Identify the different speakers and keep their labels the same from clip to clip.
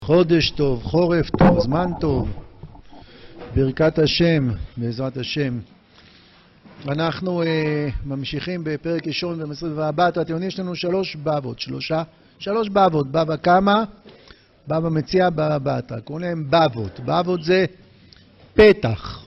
Speaker 1: חודש טוב, חורף טוב, זמן טוב, ברכת השם, בעזרת השם. אנחנו ממשיכים בפרק ראשון במסכת בבא בתרא. אתם יודעים, יש לנו שלוש בבות. בבא קמא, בבא מציעא, בבא בתרא. קוראים להם בבות. בבות זה פתח.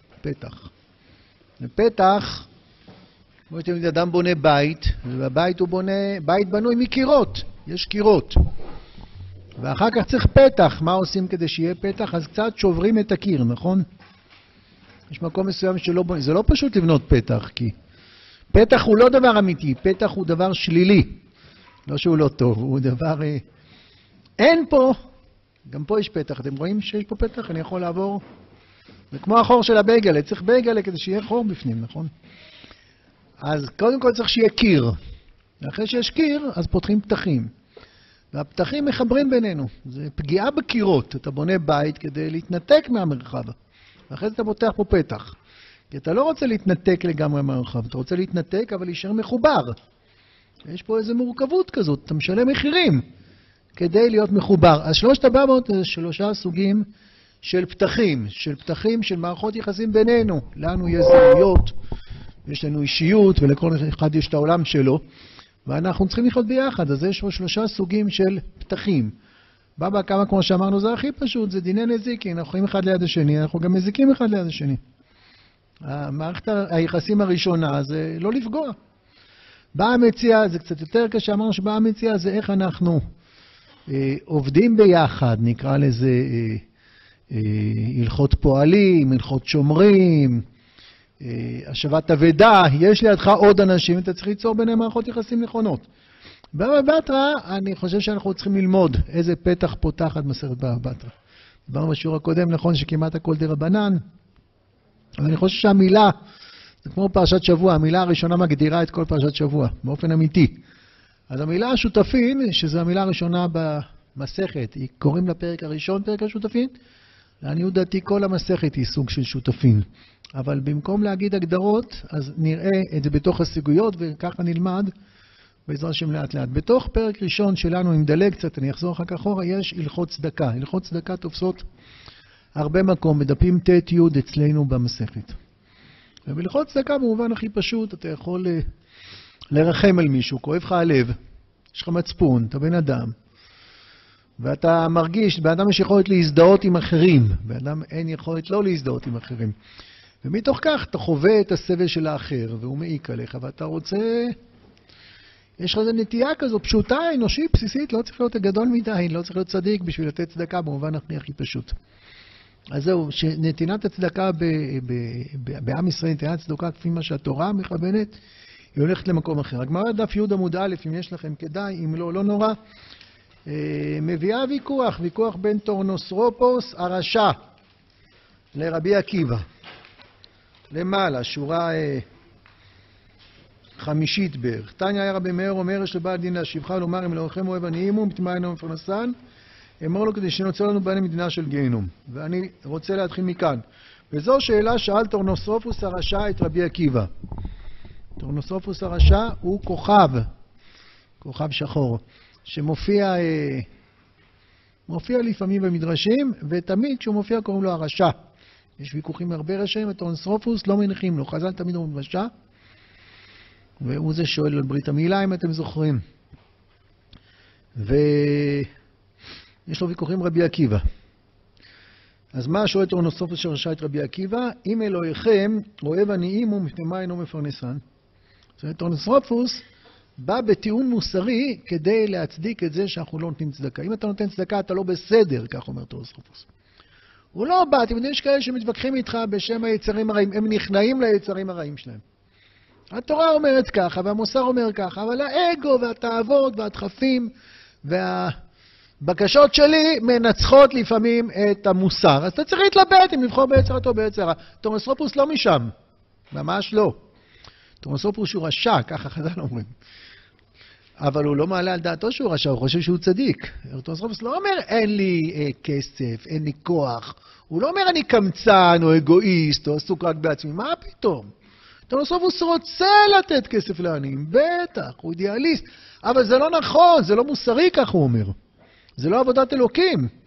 Speaker 1: פתח, כמו שאתם יודעים, אדם בונה בית, ובבית הוא בונה, בית בנוי מקירות, יש קירות. ואחר כך צריך פתח. מה עושים כדי שיהיה פתח? אז קצת שוברים את הקיר, נכון? יש מקום מסוים שלא בונים. זה לא פשוט לבנות פתח, כי פתח הוא לא דבר אמיתי, פתח הוא דבר שלילי. לא שהוא לא טוב, הוא דבר... אין פה, גם פה יש פתח. אתם רואים שיש פה פתח? אני יכול לעבור... זה כמו החור של הבייגלה, צריך בייגלה כדי שיהיה חור בפנים, נכון? אז קודם כל צריך שיהיה קיר. ואחרי שיש קיר, אז פותחים פתחים. והפתחים מחברים בינינו. זה פגיעה בקירות. אתה בונה בית כדי להתנתק מהמרחב. ואחרי זה אתה פותח פה פתח. כי אתה לא רוצה להתנתק לגמרי מהמרחב. אתה רוצה להתנתק, אבל להישאר מחובר. יש פה איזו מורכבות כזאת. אתה משלם מחירים כדי להיות מחובר. אז שלושת הבבות זה שלושה סוגים של פתחים. של מערכות יחסים בינינו. לנו יש זהויות, יש לנו אישיות, ולכל אחד יש את העולם שלו. ואנחנו צריכים לחיות ביחד, אז יש פה שלושה סוגים של פתחים. בבא קמא, כמו שאמרנו, זה הכי פשוט, זה דיני נזיקין, אנחנו חיים אחד ליד השני, אנחנו גם מזיקים אחד ליד השני. המערכת היחסים הראשונה זה לא לפגוע. בבא מציעא, זה קצת יותר קשה, אמרנו שבבא מציעא זה איך אנחנו עובדים ביחד, נקרא לזה הלכות פועלים, הלכות שומרים, השבת אבדה. יש לידך עוד אנשים, אתה צריך ליצור ביניהם מערכות יחסים נכונות. בבא בתרא, אני חושב שאנחנו צריכים ללמוד איזה פתח פותחת מסכת בבא בתרא. דיברנו בשיעור הקודם, נכון שכמעט הכל דרבנן, אבל אני חושב שהמילה, זה כמו פרשת שבוע, המילה הראשונה מגדירה את כל פרשת שבוע, באופן אמיתי. אז המילה השותפין, שזו המילה הראשונה במסכת, קוראים לפרק הראשון פרק השותפין, לעניות דעתי כל המסכת היא סוג של שותפין. אבל במקום להגיד הגדרות, אז נראה את זה בתוך הסוגיות, וככה נלמד בעזרת השם לאט לאט. בתוך פרק ראשון שלנו, אם דלג קצת, אני אחזור אחר כך אחורה, יש הלכות צדקה. הלכות צדקה תופסות הרבה מקום, בדפים ט' י' אצלנו במסכת. ובהלכות צדקה במובן הכי פשוט, אתה יכול לרחם על מישהו, כואב לך הלב, יש לך מצפון, אתה בן אדם, ואתה מרגיש, באדם יש יכולת להזדהות עם אחרים, באדם אין יכולת לא להזדהות עם אחרים. ומתוך כך אתה חווה את הסבל של האחר, והוא מעיק עליך, ואתה רוצה... יש לך איזו נטייה כזו פשוטה, אנושית, בסיסית, לא צריך להיות גדול מדי, לא צריך להיות צדיק בשביל לתת צדקה במובן הכי פשוט. אז זהו, שנתינת הצדקה בעם ישראל, נתינת צדקה כפי מה שהתורה מכוונת, היא הולכת למקום אחר. הגמרא דף י' עמוד א', אם יש לכם כדאי, אם לא, לא נורא. מביאה ויכוח בין טורנוסרופוס הרשע לרבי עקיבא. למעלה, שורה חמישית בערך. תניא היה רבי מאיר אומר, יש לבעל דין להשיבך לומר, אם אלוהיכם אוהב עניים הוא, מטמא אינו מפרנסן, אמור לו כדי שנוצר לנו בעלי מדינה של גיהנום. ואני רוצה להתחיל מכאן. וזו שאלה שאל טורנוסרופוס הרשע את רבי עקיבא. טורנוסרופוס הרשע הוא כוכב שחור, שמופיע לפעמים במדרשים, ותמיד כשהוא מופיע קוראים לו הרשע. יש ויכוחים הרבה רשעים, וטורנוסרופוס לא מניחים לו. חז"ל תמיד אומרים רשע, והוא זה שואל על ברית המילה, אם אתם זוכרים. ויש לו ויכוחים רבי עקיבא. אז מה שואל טורנוסרופוס שרשע את רבי עקיבא? אם אלוהיכם אוהב עניים הוא, מפני מה אינו מפרנסן? זאת אומרת, טורנוסרופוס בא בטיעון מוסרי כדי להצדיק את זה שאנחנו לא נותנים צדקה. אם אתה נותן צדקה, אתה לא בסדר, כך אומר טורנוסרופוס. הוא לא בא, אתם יודעים, יש כאלה שמתווכחים איתך בשם היצרים הרעים, הם נכנעים ליצרים הרעים שלהם. התורה אומרת ככה, והמוסר אומר ככה, אבל האגו והתאוות והדחפים והבקשות שלי מנצחות לפעמים את המוסר. אז אתה צריך להתלבט אם לבחור ביצר או ביצר. טורנוסרופוס לא משם, ממש לא. טורנוסרופוס הוא רשע, ככה חז"ל אומרים. אבל הוא לא מעלה על דעתו שהוא רשע, הוא חושב שהוא צדיק. טורנוסרופוס לא אומר אין לי כסף, אין לי כוח. הוא לא אומר אני קמצן או אגואיסט או עסוק רק בעצמי. מה פתאום? טורנוסרופוס רוצה לתת כסף לעניים, בטח, הוא אידיאליסט. אבל זה לא נכון, זה לא מוסרי, כך הוא אומר. זה לא עבודת אלוקים.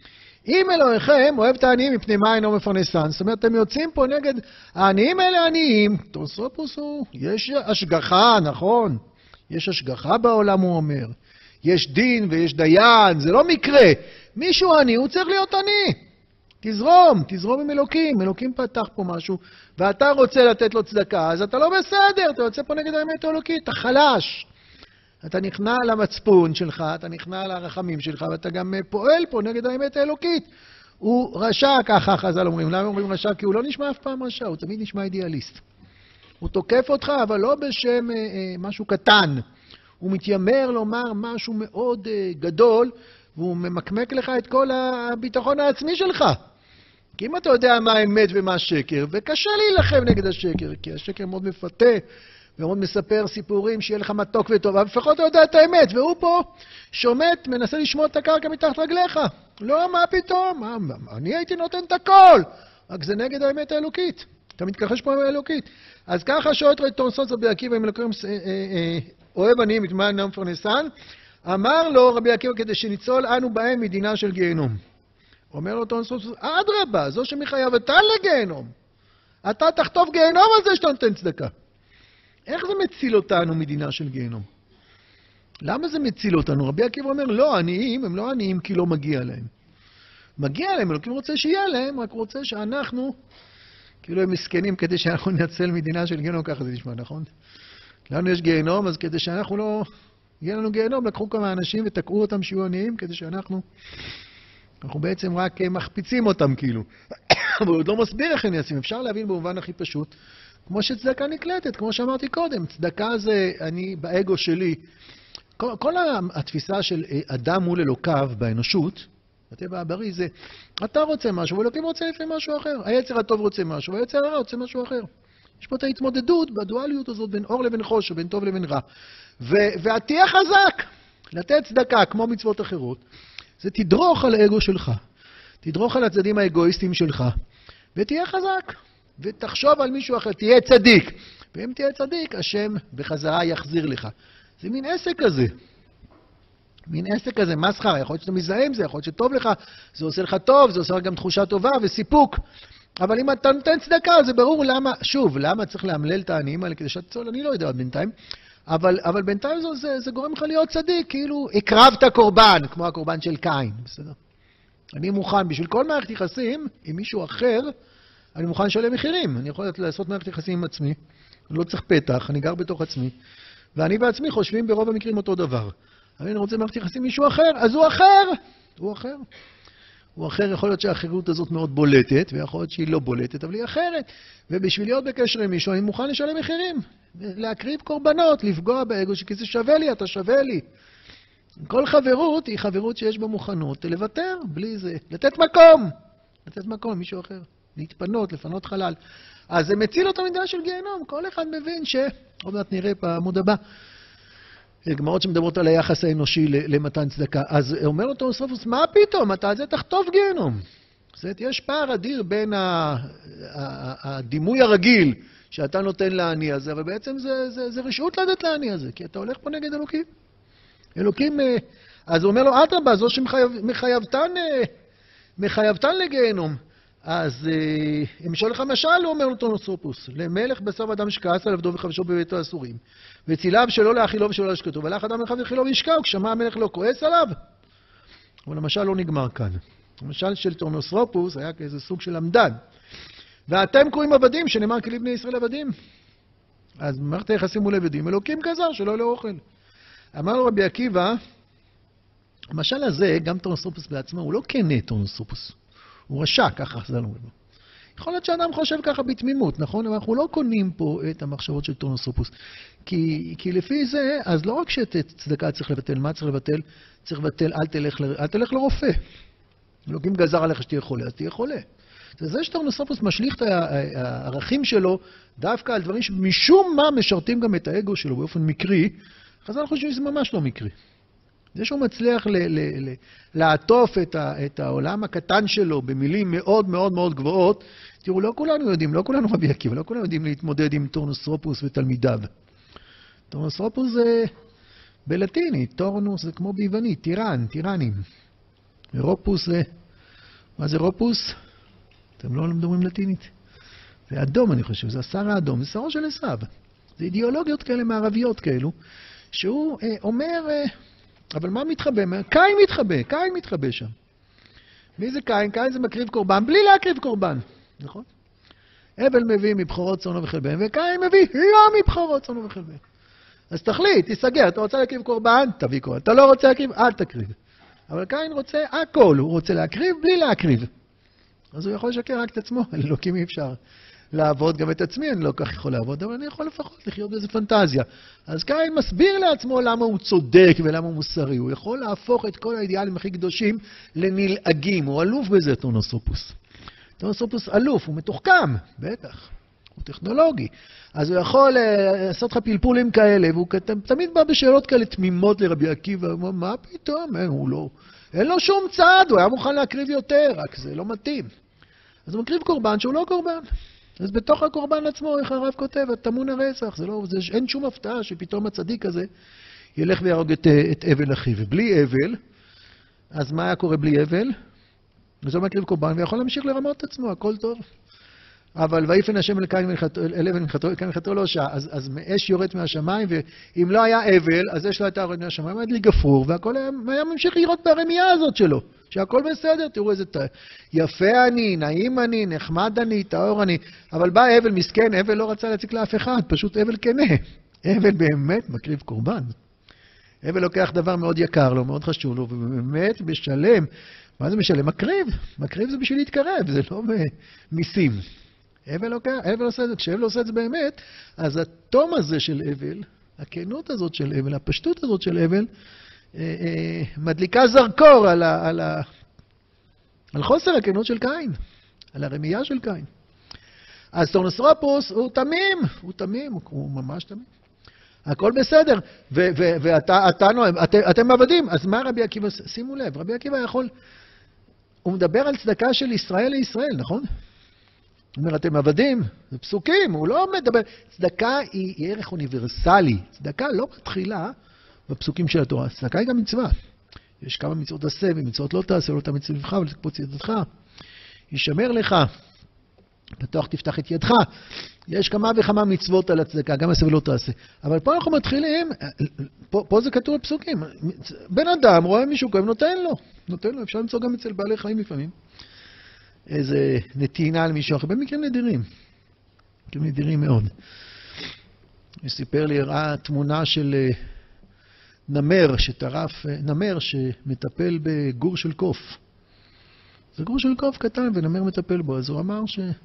Speaker 1: אם אלוהיכם אוהב את העניים מפני מה אינו מפרנסן. זאת אומרת, אתם יוצאים פה נגד העניים אלה עניים. תורסופוס הוא, יש השגחה, נכון? יש השגחה בעולם, הוא אומר. יש דין ויש דיין, זה לא מקרה. מישהו עני, הוא צריך להיות עני. תזרום עם אלוקים. אלוקים פתח פה משהו, ואתה רוצה לתת לו צדקה, אז אתה לא בסדר, אתה יוצא פה נגד האמת האלוקית, אתה חלש. אתה נכנע למצפון שלך, אתה נכנע לרחמים שלך, ואתה גם פועל פה נגד האמת האלוקית. הוא רשע, ככה חז"ל אומרים. למה אומרים רשע? כי הוא לא נשמע אף פעם רשע, הוא תמיד נשמע אידיאליסט. הוא תוקף אותך, אבל לא בשם משהו קטן. הוא מתיימר לומר משהו מאוד גדול, והוא ממקמק לך את כל הביטחון העצמי שלך. כי אם אתה יודע מה האמת ומה השקר, וקשה להילחם נגד השקר, כי השקר מאוד מפתה, ומאוד מספר סיפורים שיהיה לך מתוק וטוב, אבל לפחות אתה יודע את האמת, והוא פה שומט, מנסה לשמוט את הקרקע מתחת רגליך. לא, מה פתאום? אני הייתי נותן את הכל, רק זה נגד האמת האלוקית. אתה מתכחש פה האלוקית. אז ככה שואלת תורסופוס רבי עקיבא, אם אלוקים אוהב עניים מפני מה אינו מפרנסן, אמר לו רבי עקיבא, כדי שניצול אנו בהם מדינה של גיהנום. אומר לו תורסופוס, אדרבה, זו שמחייבתן לגיהנום. אתה תחטוף גיהנום על זה שאתה נותן צדקה. איך זה מציל אותנו מדינה של גיהנום? למה זה מציל אותנו? רבי עקיבא אומר, לא, עניים, הם לא עניים כי לא מגיע להם. מגיע להם, אלוקים רוצה שיהיה להם, רק רוצה שאנחנו, כאילו הם מסכנים כדי שאנחנו נצל מדינה של גיהנום, ככה זה נשמע, נכון? לנו יש גיהנום, אז כדי שאנחנו לא, יהיה לנו גיהנום, לקחו כמה אנשים ותקעו אותם שיהיו עניים, כדי שאנחנו בעצם רק מחפיצים אותם כאילו. אבל עוד לא מסביר איך הם יעשים, אפשר להבין במובן הכי פשוט. כמו שצדקה נקלטת, כמו שאמרתי קודם, צדקה זה אני באגו שלי. כל התפיסה של אדם מול אלוקיו באנושות, בטבע הבריא זה, אתה רוצה משהו, ואלוקים רוצה לפעמים משהו אחר. היצר הטוב רוצה משהו, והיצר הרע רוצה משהו אחר. יש פה את ההתמודדות בדואליות הזאת בין אור לבין חושך, בין טוב לבין רע. ותהיה חזק, לתת צדקה כמו מצוות אחרות, זה תדרוך על האגו שלך, תדרוך על הצדדים האגואיסטיים שלך, ותהיה חזק. ותחשוב על מישהו אחר, תהיה צדיק. ואם תהיה צדיק, השם בחזרה יחזיר לך. זה מין עסק כזה. מין עסק כזה, מסחר. יכול להיות שאתה מזהה עם זה, יכול להיות שטוב לך, זה עושה לך טוב, זה עושה לך גם תחושה טובה וסיפוק. אבל אם אתה נותן צדקה, זה ברור למה, שוב, למה צריך להמלל את העניים האלה כדי שתצול, אני לא יודע עוד בינתיים. אבל בינתיים זה גורם לך להיות צדיק, כאילו הקרבת קורבן, כמו הקורבן של קין, בסדר? אני מוכן, בשביל כל מערכת יחסים, עם מישהו אחר, אני מוכן לשלם מחירים. אני יכול לעשות מערכת יחסים עם עצמי, לא צריך פתח, אני גר בתוך עצמי, ואני בעצמי חושבים ברוב המקרים אותו דבר. אבל אני רוצה מערכת יחסים עם מישהו אחר, אז הוא אחר. הוא אחר. הוא אחר, יכול להיות שהאחרות הזאת מאוד בולטת, ויכול להיות שהיא לא בולטת, אבל היא אחרת. ובשביל להיות בקשר עם מישהו, אני מוכן לשלם מחירים. להקריב קורבנות, לפגוע באגו, כי זה שווה לי, אתה שווה לי. כל חברות היא חברות שיש בה מוכנות, לוותר, בלי זה. לתת מקום. לתת מקום, מישהו אחר. להתפנות, לפנות חלל. אז זה מציל אותו מדינה של גיהנום. כל אחד מבין עוד מעט נראה בעמוד הבא, גמרות שמדברות על היחס האנושי למתן צדקה. אז אומר לו תורסופוס, מה פתאום? אתה על זה תחטוף גיהנום. זאת אומרת, יש פער אדיר בין הדימוי הרגיל שאתה נותן לעני הזה, אבל בעצם זה רשעות לתת לעני הזה, כי אתה הולך פה נגד אלוקים. אלוקים, אז הוא אומר לו, אדרבה, זו שמחייבתן לגיהנום. אז אם שואל לך משל, הוא אומר לו תורסופוס, למלך בשר אדם שכעס על עבדו וחבשו בביתו אסורים, וציליו שלא לאכילו ושלא להשקטו, והלך אדם לחב יאכילו וישקע, וכשמע המלך לא כועס עליו. אבל המשל לא נגמר כאן. המשל של תורסופוס היה כאיזה סוג של עמדן. ואתם קוראים עבדים, שנאמר כי לבני ישראל עבדים. אז במערכת היחסים מול עבדים, אלוקים גזר שלא לאוכל. אמר לו רבי עקיבא, המשל הזה, גם תורסופוס בעצמו, הוא לא כנה תורסופוס. הוא רשע, ככה זה לא אומר. יכול להיות שאדם חושב ככה בתמימות, נכון? אבל אנחנו לא קונים פה את המחשבות של תורסופוס. כי לפי זה, אז לא רק שאת צדקה צריך לבטל, מה צריך לבטל? צריך לבטל, אל תלך לרופא. אלוקים גזר עליך שתהיה חולה, אז תהיה חולה. זה שתורסופוס משליך את הערכים שלו דווקא על דברים שמשום מה משרתים גם את האגו שלו באופן מקרי, אז אנחנו חושבים שזה ממש לא מקרי. זה שהוא מצליח לעטוף את העולם הקטן שלו במילים מאוד מאוד מאוד גבוהות, תראו, לא כולנו יודעים, לא כולנו רבי עקיבא, לא כולנו יודעים להתמודד עם תורסופוס ותלמידיו. תורסופוס זה בלטינית, טורנוס זה כמו ביוונית, טירן, טירנים. אירופוס זה מה זה רופוס? אתם לא מדברים לטינית. זה אדום, אני חושב, זה השר האדום, זה שרו של עשיו. זה אידיאולוגיות כאלה, מערביות כאלו, שהוא אומר, אבל מה מתחבא? קין מתחבא, קין מתחבא שם. מי זה קין? קין זה מקריב קורבן, בלי להקריב קורבן, נכון? הבל מביא מבחורות צאנו וחלביהם, וקין מביא לא מבחורות צאנו וחלביהם. אז תחליט, תיסגר, אתה רוצה להקריב קורבן? תביא קורבן. אתה לא רוצה להקריב? אל תקריב. אבל קין רוצה הכל, הוא רוצה להקריב בלי להקריב. אז הוא יכול לשקר רק את עצמו, אלוקים אי אפשר לעבוד, גם את עצמי אני לא כך יכול לעבוד, אבל אני יכול לפחות לחיות באיזה פנטזיה. אז קין מסביר לעצמו למה הוא צודק ולמה הוא מוסרי, הוא יכול להפוך את כל האידיאלים הכי קדושים לנלעגים, הוא אלוף בזה, טורנוסופוס. טורנוסופוס אלוף, הוא מתוחכם, בטח, הוא טכנולוגי. אז הוא יכול לעשות לך פלפולים כאלה, והוא תמיד בא בשאלות כאלה תמימות לרבי עקיבא, הוא אומר, מה פתאום? אין לו שום צעד, הוא היה מוכן להקריב יותר, רק זה לא מתאים. אז הוא מקריב קורבן שהוא לא קורבן. אז בתוך הקורבן עצמו, איך הרב כותב, תמון הרצח, אין שום הפתעה שפתאום הצדיק הזה ילך ויהרוג את אבל אחיו. ובלי אבל, אז מה היה קורה בלי אבל? אז הוא מקריב קורבן ויכול להמשיך לרמות את עצמו, הכל טוב. אבל ויפן השם אל אבן מנחתו לא שעה, אז מאש יורד מהשמיים, ואם לא היה אבל, אז אש לא הייתה יורד מהשמיים, עד לי גפור, והכל היה ממשיך לראות ברמייה הזאת שלו, שהכל בסדר, תראו איזה יפה אני, נעים אני, נחמד אני, טהור אני, אבל בא אבל מסכן, אבל לא רצה להציק לאף אחד, פשוט אבל כנה, אבל באמת מקריב קורבן. אבל לוקח דבר מאוד יקר לו, מאוד חשוב לו, ובאמת משלם. מה זה משלם? מקריב. מקריב זה בשביל להתקרב, זה לא מיסים. אבל עושה את זה, כשאבל עושה את זה באמת, אז התום הזה של אבל, הכנות הזאת של אבל, הפשטות הזאת של אבל, מדליקה זרקור על חוסר הכנות של קין, על הרמייה של קין. אז טורנוסופוס הוא תמים, הוא ממש תמים. הכל בסדר, ואתם עבדים, אז מה רבי עקיבא? שימו לב, רבי עקיבא הוא מדבר על צדקה של ישראל לישראל, נכון? הוא אומר, אתם עבדים, זה פסוקים, הוא לא מדבר, צדקה היא ערך אוניברסלי, צדקה לא מתחילה בפסוקים של התורה, צדקה היא גם מצווה. יש כמה מצוות עשה ומצוות לא תעשה, לא תמיד סביבך ולתקפוץ ידך, יישמר לך, פתוח תפתח את ידך. יש כמה וכמה מצוות על הצדקה, גם עשה ולא תעשה. אבל פה אנחנו מתחילים, פה זה כתוב בפסוקים, בן אדם רואה מישהו כהן, נותן לו, אפשר למצוא גם אצל בעלי חיים לפעמים. איזה נתינה על מישהו אחר, במקרים נדירים. מקרים נדירים מאוד. הוא סיפר לי, הראה תמונה של נמר שמטפל בגור של קוף. זה גור של קוף קטן ונמר מטפל בו, אז הוא אמר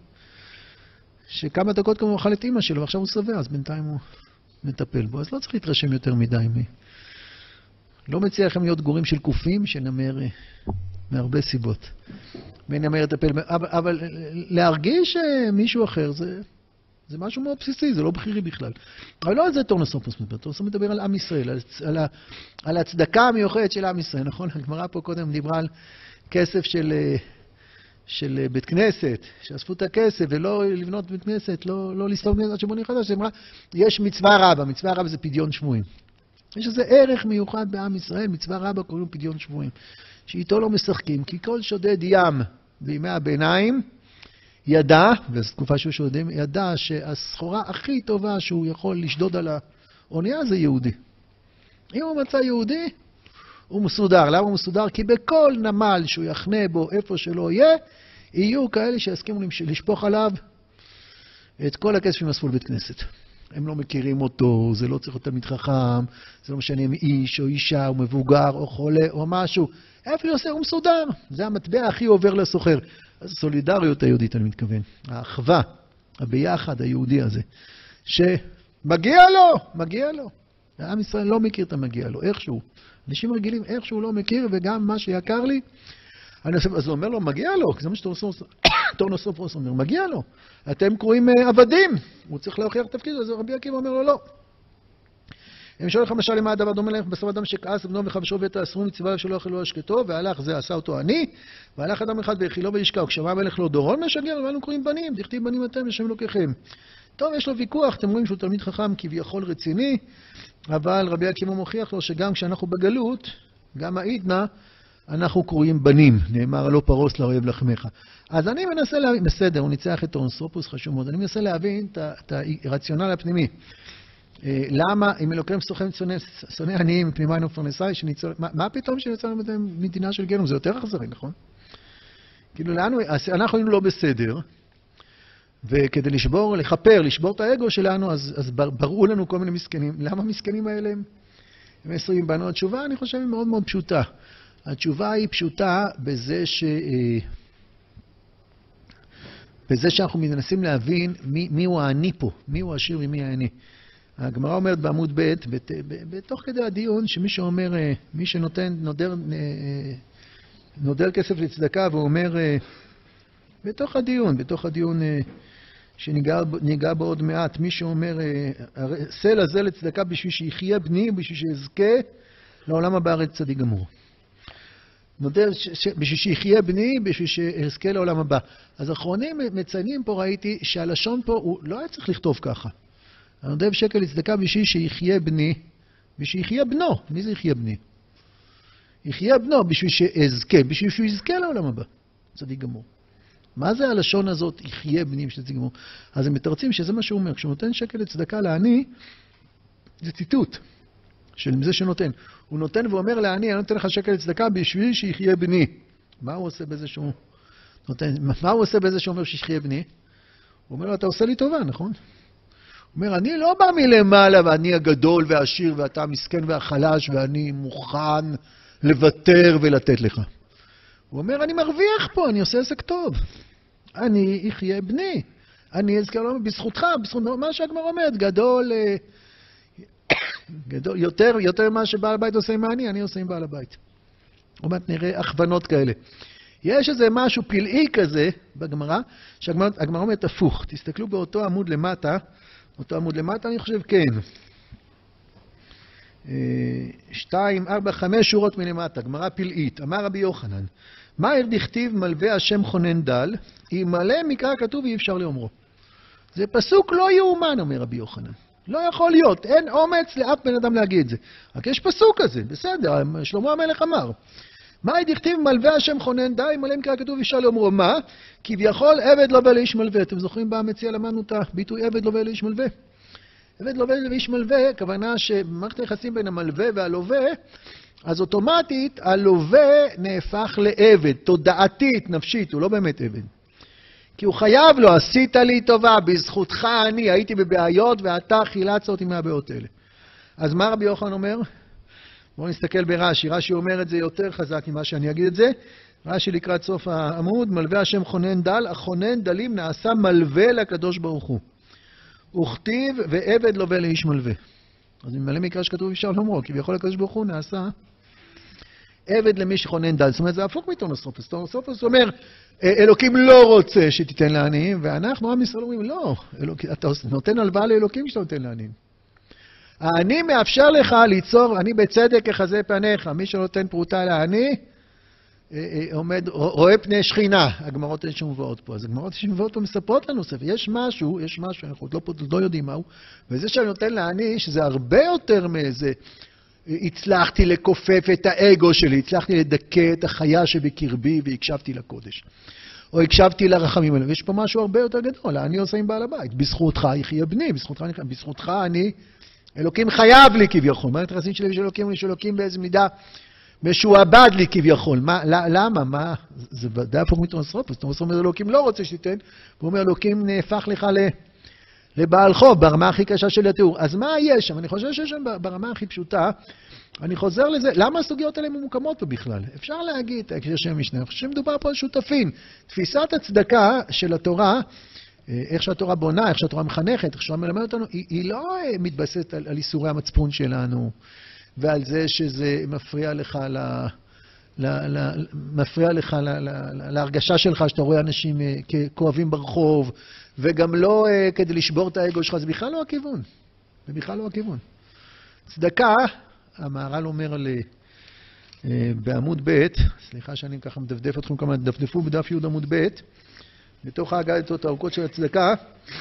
Speaker 1: שכמה דקות כמו הוא אכל את אמא שלו, ועכשיו הוא שבע, אז בינתיים הוא מטפל בו. אז לא צריך להתרשם יותר מדי. לא מציע לכם להיות גורים של קופים, שנמר מהרבה סיבות. ונמר יטפל, אבל להרגיש מישהו אחר זה משהו מאוד בסיסי, זה לא בחירי בכלל. אבל לא על זה טורנוסופוס מדבר, טורנוסופוס מדבר על עם ישראל, על הצדקה המיוחדת של עם ישראל, נכון? הגמרא פה קודם דיברה על כסף של בית כנסת, שאספו את הכסף ולא לבנות בית כנסת, לא לסתום כנסת עד שבונים חדש, אמרה, יש מצווה רבה זה פדיון שבויים. יש איזה ערך מיוחד בעם ישראל, מצווה רבה קוראים פדיון שבויים, שאיתו לא משחקים, כי כל שודד ים בימי הביניים ידע, וזו תקופה שהוא שודד, ידע שהסחורה הכי טובה שהוא יכול לשדוד על האונייה זה יהודי. אם הוא מצא יהודי, הוא מסודר. למה הוא מסודר? כי בכל נמל שהוא יחנה בו איפה שלא יהיה, יהיו כאלה שיסכימו לשפוך עליו את כל הכסף שהם אספו לבית כנסת. הם לא מכירים אותו, זה לא צריך להיות תלמיד חכם, זה לא משנה אם איש או אישה או מבוגר או חולה או משהו. איפה הוא עושה? הוא מסודר. זה המטבע הכי עובר לסוחר. אז הסולידריות היהודית, אני מתכוון. האחווה, הביחד היהודי הזה, שמגיע לו. העם ישראל לא מכיר את המגיע לו, איכשהו. אנשים רגילים איכשהו לא מכיר, וגם מה שיקר לי, אז הוא אומר לו, מגיע לו, זה מה שטורנוסופוס אומר, מגיע לו. אתם קרואים עבדים, הוא צריך להוכיח תפקיד, אז רבי עקיבא אומר לו, לא. אם שואל לך משל למה הדבר דומה לך, בסוף אדם שכעס בנו וחבשו ותאסרו מצווה שלא אכלו אשקתו, והלך זה עשה אותו אני, והלך אדם אחד והאכילו וישקע, וכשמע המלך לו דורון משגר, ואנו קוראים בנים, דכתיב בנים אתם ושם אלוקיכם. טוב, יש לו ויכוח, אתם רואים שהוא תלמיד חכם כביכול רציני, אבל רבי עקיבא מוכיח לו שגם כשאנחנו בגלות, גם העידנא, אנחנו קרויים בנים, נאמר לא פרוס לאויב לחמך. אז אני מנסה להבין, בסדר, הוא ניצח את אונסופוס, חשוב מאוד, אני מנסה להבין את הרציונל הפנימי. למה, אם אלוקים שונא עניים פנימיים ופרנסי, מה פתאום שניצור מדינה של גיהנום? זה יותר אכזרי, נכון? כאילו, אנחנו היינו לא בסדר, וכדי לשבור את האגו שלנו, אז בראו לנו כל מיני מסכנים. למה המסכנים האלה הם מסוים בנו? התשובה, אני חושב, היא מאוד מאוד פשוטה. התשובה היא פשוטה בזה שאנחנו מנסים להבין מי הוא העני פה, מי הוא העשיר ומי העני. הגמרא אומרת בעמוד ב' בתוך כדי הדיון, שמי שאומר, מי שנותן, נודר כסף לצדקה, והוא אומר, בתוך הדיון שניגע בו עוד מעט, מי שאומר, סל הזה לצדקה בשביל שיחיה בני, בשביל שיזכה לעולם הבא הרי צדיק גמור. נודר בשביל שיחיה בני, בשביל שיזכה לעולם הבא. אז האחרונים מציינים פה, ראיתי שהלשון פה, הוא לא היה צריך לכתוב ככה. הנודר שקל לצדקה בשביל שיחיה בני, בשביל שיחיה בנו. מי זה יחיה בני? יחיה בנו בשביל שיזכה, בשביל שהוא יזכה לעולם הבא. צדיק גמור. מה זה הלשון הזאת, יחיה בני בשביל צדיק גמור? אז הם מתרצים שזה מה שהוא אומר. כשהוא נותן שקל לצדקה לעני, זה ציטוט של זה שנותן. הוא נותן ואומר לעני, אני נותן לך שקל לצדקה בשביל שיחיה בני. מה הוא עושה בזה שהוא נותן? מה הוא עושה בזה שהוא אומר שיחיה בני? הוא אומר לו, אתה עושה לי טובה, נכון? הוא אומר, אני לא בא מלמעלה ואני הגדול והעשיר ואתה המסכן והחלש ואני מוכן לוותר ולתת לך. הוא אומר, אני מרוויח פה, אני עושה עסק טוב. אני יחיה בני. אני אזכר לו בזכותך, בזכות מה שהגמרא אומרת, גדול, יותר מה שבעל הבית עושה עם העני, אני עושה עם בעל הבית. עוד מעט נראה הכוונות כאלה. יש איזה משהו פלאי כזה בגמרא, שהגמרא אומרת הפוך. תסתכלו באותו עמוד למטה, אני חושב כן. 2, 4, 5 שורות מלמטה, גמרא פלאית. אמר רבי יוחנן, מה דכתיב מלווה השם חונן דל, אם מלא מקרא כתוב אי אפשר לאומרו. זה פסוק לא יאומן, אומר רבי יוחנן. לא יכול להיות, אין אומץ לאף בן אדם להגיד את זה. רק יש פסוק כזה, בסדר, שלמה המלך אמר. מה דכתיב מלווה השם חונן דל, אם מלא מקרא כתוב אי אפשר לאומרו. מה? כביכול עבד לווה לאיש מלווה. אתם זוכרים במציע למדנו את הביטוי עבד לווה לאיש מלווה? עבד לווה לאיש מלווה, כוונה שבמערכת היחסים בין המלווה והלווה, אז אוטומטית הלווה נהפך לעבד, תודעתית, נפשית, הוא לא באמת עבד. כי הוא חייב לו, עשית לי טובה, בזכותך אני הייתי בבעיות ואתה חילצת אותי מהבעיות האלה. אז מה רבי יוחנן אומר? בואו נסתכל ברש"י, רש"י אומר את זה יותר חזק ממה שאני אגיד את זה. רש"י לקראת סוף העמוד, מלווה השם חונן דל, החונן דלים נעשה מלווה לקדוש ברוך הוא. וכתיב ועבד לווה לאיש מלווה. אז ממלא מקרא שכתוב אפשר לאומרו, כי ביכול הקדוש ברוך הוא נעשה עבד למי שחונן דל. זאת אומרת, זה הפוך מתונוסופוס. תונוסופוס אומר, אלוקים לא רוצה שתיתן לעניים, ואנחנו, עם ישראל, אומרים, לא, אתה נותן הלוואה לאלוקים שאתה נותן לעניים. העני מאפשר לך ליצור, אני בצדק אחזה פניך, מי שנותן פרוטה לעני, רואה פני שכינה. הגמרות אין שמובאות פה. אז הגמרות שמובאות פה מספרות לנו ספר. יש משהו, אנחנו עוד לא יודעים מהו, וזה שאני נותן לעני, שזה הרבה יותר מאיזה, הצלחתי לקופף את האגו שלי, הצלחתי לדכא את החיה שבקרבי והקשבתי לקודש. או הקשבתי לרחמים האלה. ויש פה משהו הרבה יותר גדול. אני עושה עם בעל הבית. בזכותך יחיה בני, בזכותך אני, אלוקים חייב לי כביכול. מה התרסים שלי שאלוקים באיזה מידה משועבד לי כביכול. למה? מה? זה די הפוך מתונוסופוס. תונוסופוס אומר, אלוקים לא רוצה שתיתן, והוא אומר, אלוקים נהפך לך לבעל חוב, ברמה הכי קשה של התיאור. אז מה יש שם? אני חושב שיש שם ברמה הכי פשוטה. אני חוזר לזה, למה הסוגיות האלה ממוקמות פה בכלל? אפשר להגיד, כשם משנה, אני חושב שמדובר פה על שותפים. תפיסת הצדקה של התורה, איך שהתורה בונה, איך שהתורה מחנכת, איך שהתורה מלמד אותנו, היא לא מתבססת על איסורי המצפון שלנו, ועל זה שזה מפריע לך להרגשה שלך שאתה רואה אנשים כואבים ברחוב, וגם לא כדי לשבור את האגו שלך, זה בכלל לא הכיוון. זה בכלל לא הכיוון. צדקה, המהר"ל אומר בעמוד ב', סליחה שאני ככה מדפדף אתכם כמה, דפדפו בדף י' עמוד ב', בתוך ההגדות הארוכות של הצדקה,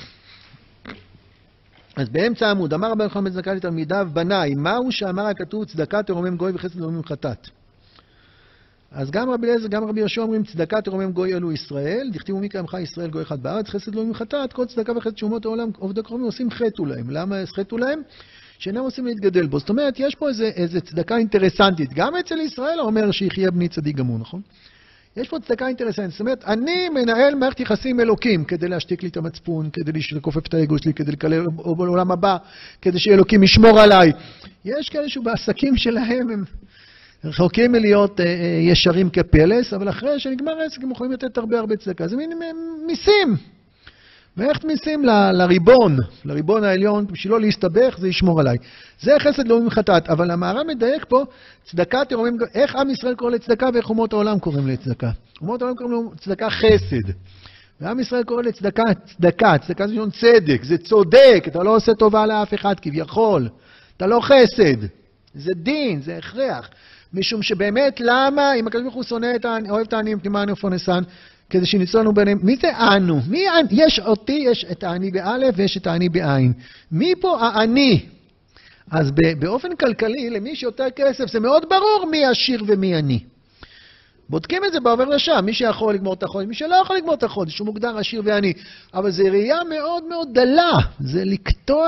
Speaker 1: אז באמצע העמוד, אמר רבי יוחנן בן זכאי לתלמידיו, בניי, מהו שאמר הכתוב צדקה תרומם גוי וחסד תרומם חטאת? אז גם רבי אליעזר, גם רבי יהושע אומרים, צדקה תרומם גוי אלו ישראל, דכתיבו מי כעמך ישראל גוי אחד בארץ, חסד לא ממחטאת, כל צדקה וחסד שאומות העולם עובדי כרמים עושים חטאו להם. למה חטאו להם? שאינם עושים להתגדל בו. זאת אומרת, יש פה איזה צדקה אינטרסנטית. גם אצל ישראל אומר שיחיה בני צדיק גמור, נכון? יש פה צדקה אינטרסנטית. זאת אומרת, אני מנהל מערכת יחסים אלוקים כדי להשתיק לי את המצפון, כדי לכופף את האגו שלי, כדי לקלל בעולם הבא, כדי שאלוקים ישמור עליי. יש כאלה שבעסקים שלהם הם רחוקים מלהיות ישרים כפלס, אבל אחרי שנגמר העסק הם יכולים לתת הרבה צדקה. זה מין מיסים. מערכת מיסים לריבון העליון, בשביל לא להסתבך, זה ישמור עליי. זה חסד לא ממחטאת, אבל המהר"ם מדייק פה, צדקה תרומם, איך עם ישראל קורא לצדקה ואיך אומות העולם קוראים לצדקה. אומות העולם קוראים לצדקה חסד. ועם ישראל קורא לצדקה, צדקה זה צדק, זה צודק, אתה לא עושה טובה לאף אחד כביכול. אתה לא חסד, זה דין, זה הכרח. משום שבאמת, למה, אם הקדוש ברוך הוא שונא אוהב את העניים, פנימה אני ופונסן, כדי שניצולנו ביניהם, מי זה אנו? יש אותי, יש את העני באלף ויש את העני בעין. מי פה העני? אז באופן כלכלי, למי שיותר כסף, זה מאוד ברור מי עשיר ומי עני. בודקים את זה בעובר לשם, מי שיכול לגמור את החודש, מי שלא יכול לגמור את החודש, הוא מוגדר עשיר ועני. אבל זה ראייה מאוד מאוד דלה, זה לקטוע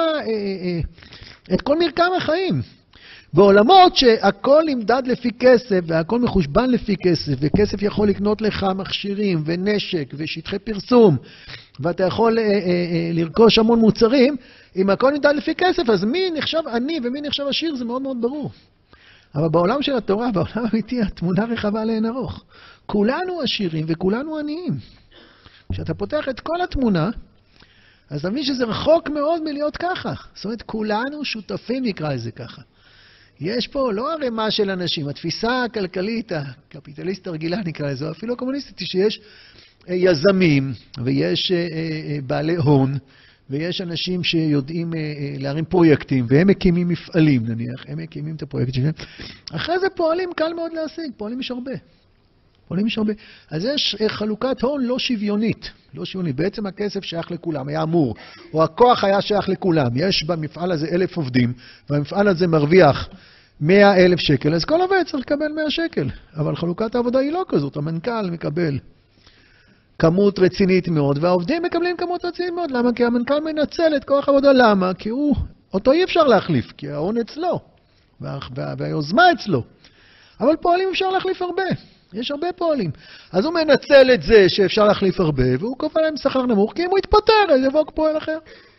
Speaker 1: את כל מרקם החיים. בעולמות שהכל נמדד לפי כסף, והכל מחושבן לפי כסף, וכסף יכול לקנות לך מכשירים, ונשק, ושטחי פרסום, ואתה יכול לרכוש המון מוצרים, אם הכל נמדד לפי כסף, אז מי נחשב עני ומי נחשב עשיר, זה מאוד מאוד ברור. אבל בעולם של התורה, בעולם האמיתי, התמונה רחבה לאין ארוך. כולנו עשירים וכולנו עניים. כשאתה פותח את כל התמונה, אז אתה מבין שזה רחוק מאוד מלהיות ככה. זאת אומרת, כולנו שותפים, נקרא לזה ככה. יש פה לא הרמה של אנשים, התפיסה הכלכלית, הקפיטליסט הרגילה נקרא לזה, אפילו הקומוניסטית, שיש יזמים ויש בעלי הון, ויש אנשים שיודעים להרים פרויקטים, והם מקימים מפעלים נניח, הם מקימים את הפרויקט שלהם. אחרי זה פועלים קל מאוד להשיג, פועלים יש הרבה. אז יש חלוקת הון לא שוויונית, בעצם הכסף שייך לכולם, היה אמור, או הכוח היה שייך לכולם. יש במפעל הזה 1,000 עובדים, והמפעל הזה מרוויח 100,000 שקל, אז כל עובד צריך לקבל 100 שקל. אבל חלוקת העבודה היא לא כזאת, המנכ"ל מקבל כמות רצינית מאוד, והעובדים מקבלים כמות רצינית מאוד. למה? כי המנכ"ל מנצל את כוח העבודה. למה? כי אותו אי אפשר להחליף, כי ההון אצלו, והיוזמה אצלו. אבל פועלים אפשר להחליף הרבה. יש הרבה פועלים. אז הוא מנצל את זה שאפשר להחליף הרבה, והוא קובע להם שכר נמוך, כי אם הוא יתפטר, אז יבוא פועל אחר.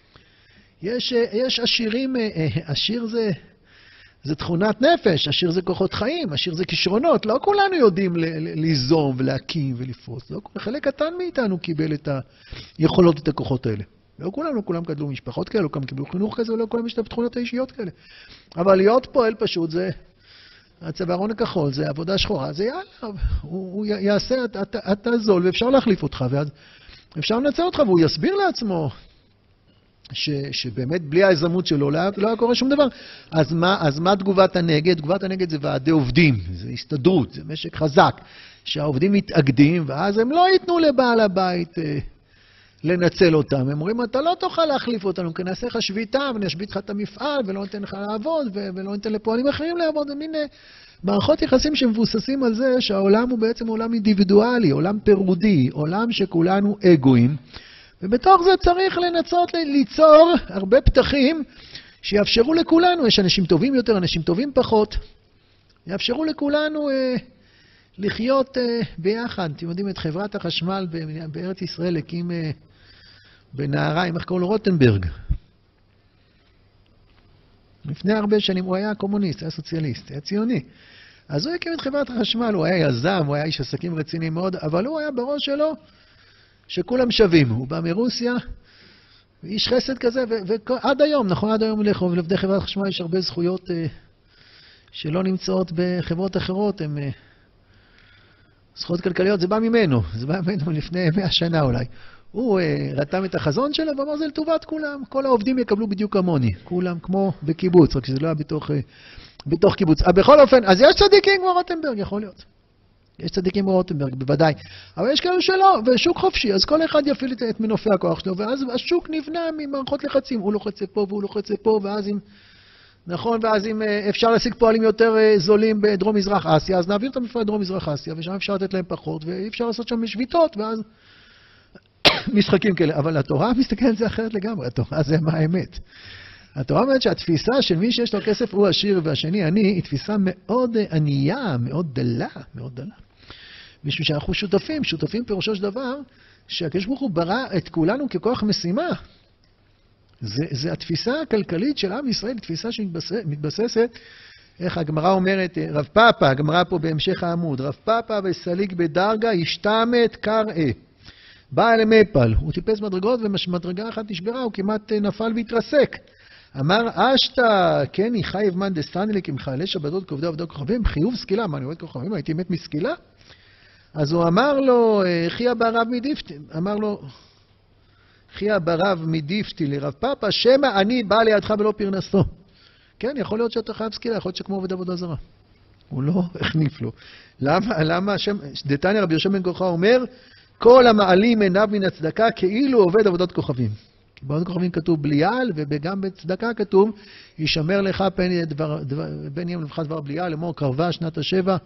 Speaker 1: יש עשירים, עשיר זה תכונת נפש, עשיר זה כוחות חיים, עשיר זה כישרונות. לא כולנו יודעים ליזום ולהקים ולפרוץ. לא, חלק קטן מאיתנו קיבל את היכולות, את הכוחות האלה. לא כולם גדלו משפחות כאלה, כולם קיבלו חינוך כזה, ולא כולם יש את התכונות האישיות כאלה. אבל להיות פועל פשוט זה... הצווארון הכחול, זה עבודה שחורה, זה יאללה, הוא יעשה, אתה זול, ואפשר להחליף אותך, ואז אפשר לנצל אותך, והוא יסביר לעצמו שבאמת בלי ההזדמנות שלו לא היה קורה שום דבר. אז מה תגובת הנגד? תגובת הנגד זה ועדי עובדים, זה הסתדרות, זה משק חזק, שהעובדים מתאגדים, ואז הם לא ייתנו לבעל הבית לנצל אותם. הם אומרים, אתה לא תוכל להחליף אותנו, כי נעשה לך שביתה, ונשבית לך את המפעל, ולא ניתן לך לעבוד, ולא ניתן לפועלים אחרים לעבוד. זה מין מערכות יחסים שמבוססים על זה שהעולם הוא בעצם עולם אינדיבידואלי, עולם פירודי, עולם שכולנו אגואים, ובתוך זה צריך לנסות ליצור הרבה פתחים שיאפשרו לכולנו, יש אנשים טובים יותר, אנשים טובים פחות, יאפשרו לכולנו לחיות ביחד. אתם יודעים, את חברת החשמל בארץ ישראל הקים בנהריים, איך קוראים לו? רוטנברג. לפני הרבה שנים הוא היה קומוניסט, היה סוציאליסט, היה ציוני. אז הוא הקים את חברת החשמל, הוא היה יזם, הוא היה איש עסקים רציני מאוד, אבל הוא היה בראש שלו שכולם שווים. הוא בא מרוסיה, איש חסד כזה, ועד היום, נכון, עד היום לעובדי חברת החשמל יש הרבה זכויות שלא נמצאות בחברות אחרות, הן זכויות כלכליות, זה בא ממנו לפני 100 שנה אולי. הוא רתם את החזון שלו ואמר זה לטובת כולם, כל העובדים יקבלו בדיוק כמוני, כולם כמו בקיבוץ, רק שזה לא היה בתוך קיבוץ. בכל אופן, אז יש צדיקים כמו רוטנברג, יכול להיות. יש צדיקים כמו רוטנברג, בוודאי. אבל יש כאלה שלא, ושוק חופשי, אז כל אחד יפעיל את מנופי הכוח שלו, ואז השוק נבנה ממערכות לחצים, הוא לוחץ פה והוא לוחץ פה, ואז אם נכון, ואז אם אפשר להשיג פועלים יותר זולים בדרום מזרח אסיה, אז נעביר את המפעל לדרום מזרח אסיה, ושם אפשר לתת להם פחות, ואי אפשר לעשות שם שביתות, ואז משחקים כאלה. אבל התורה מסתכלת על זה אחרת לגמרי, התורה זה מה האמת. התורה אומרת שהתפיסה של מי שיש לו כסף הוא עשיר והשני עני, היא תפיסה מאוד ענייה, מאוד דלה, מאוד דלה. משום שאנחנו שותפים פירושו של דבר, שהקדוש ברוך הוא ברא את כולנו ככוח משימה. זה התפיסה הכלכלית של עם ישראל, תפיסה שמתבססת, איך הגמרא אומרת, רב פאפא, הגמרא פה בהמשך העמוד, רב פאפא וסליג בדרגה, השתמת קראה. בא אל מפל, הוא טיפס מדרגות ומדרגה אחת נשברה, הוא כמעט נפל והתרסק. אמר אשתא, כן, חייב מן דסטני כמחללי שבתות כעובדי עבדי כוכבים, חיוב סקילה. מה, אני עובד כוכבים? הייתי מת מסקילה? אז הוא אמר לו, חיה ברב מדיפתי, אמר לו, חיה ברב מדיפתי לרב פאפא, שמא אני בא לידך ולא פרנסתו. כן, יכול להיות שאתה חייב סקילה, יכול להיות שכמו עובד עבודה זרה. הוא לא החניף לו. למה דתניא רבי יהושע בן כוכבא אומר, כל המעלים עיניו מן הצדקה כאילו עובד עבודת כוכבים. בעבודת כוכבים כתוב בליעל, וגם בצדקה כתוב, ישמר לך פן יום לבך דבר בליעל, לאמור קרבה שנת השבע,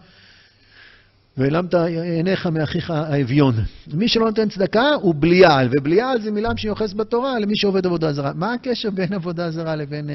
Speaker 1: והעלמת עיניך מאחיך האביון. מי שלא נותן צדקה הוא בליעל, ובליעל זה מילה שיוחס בתורה למי שעובד עבודה זרה. מה הקשר בין עבודה זרה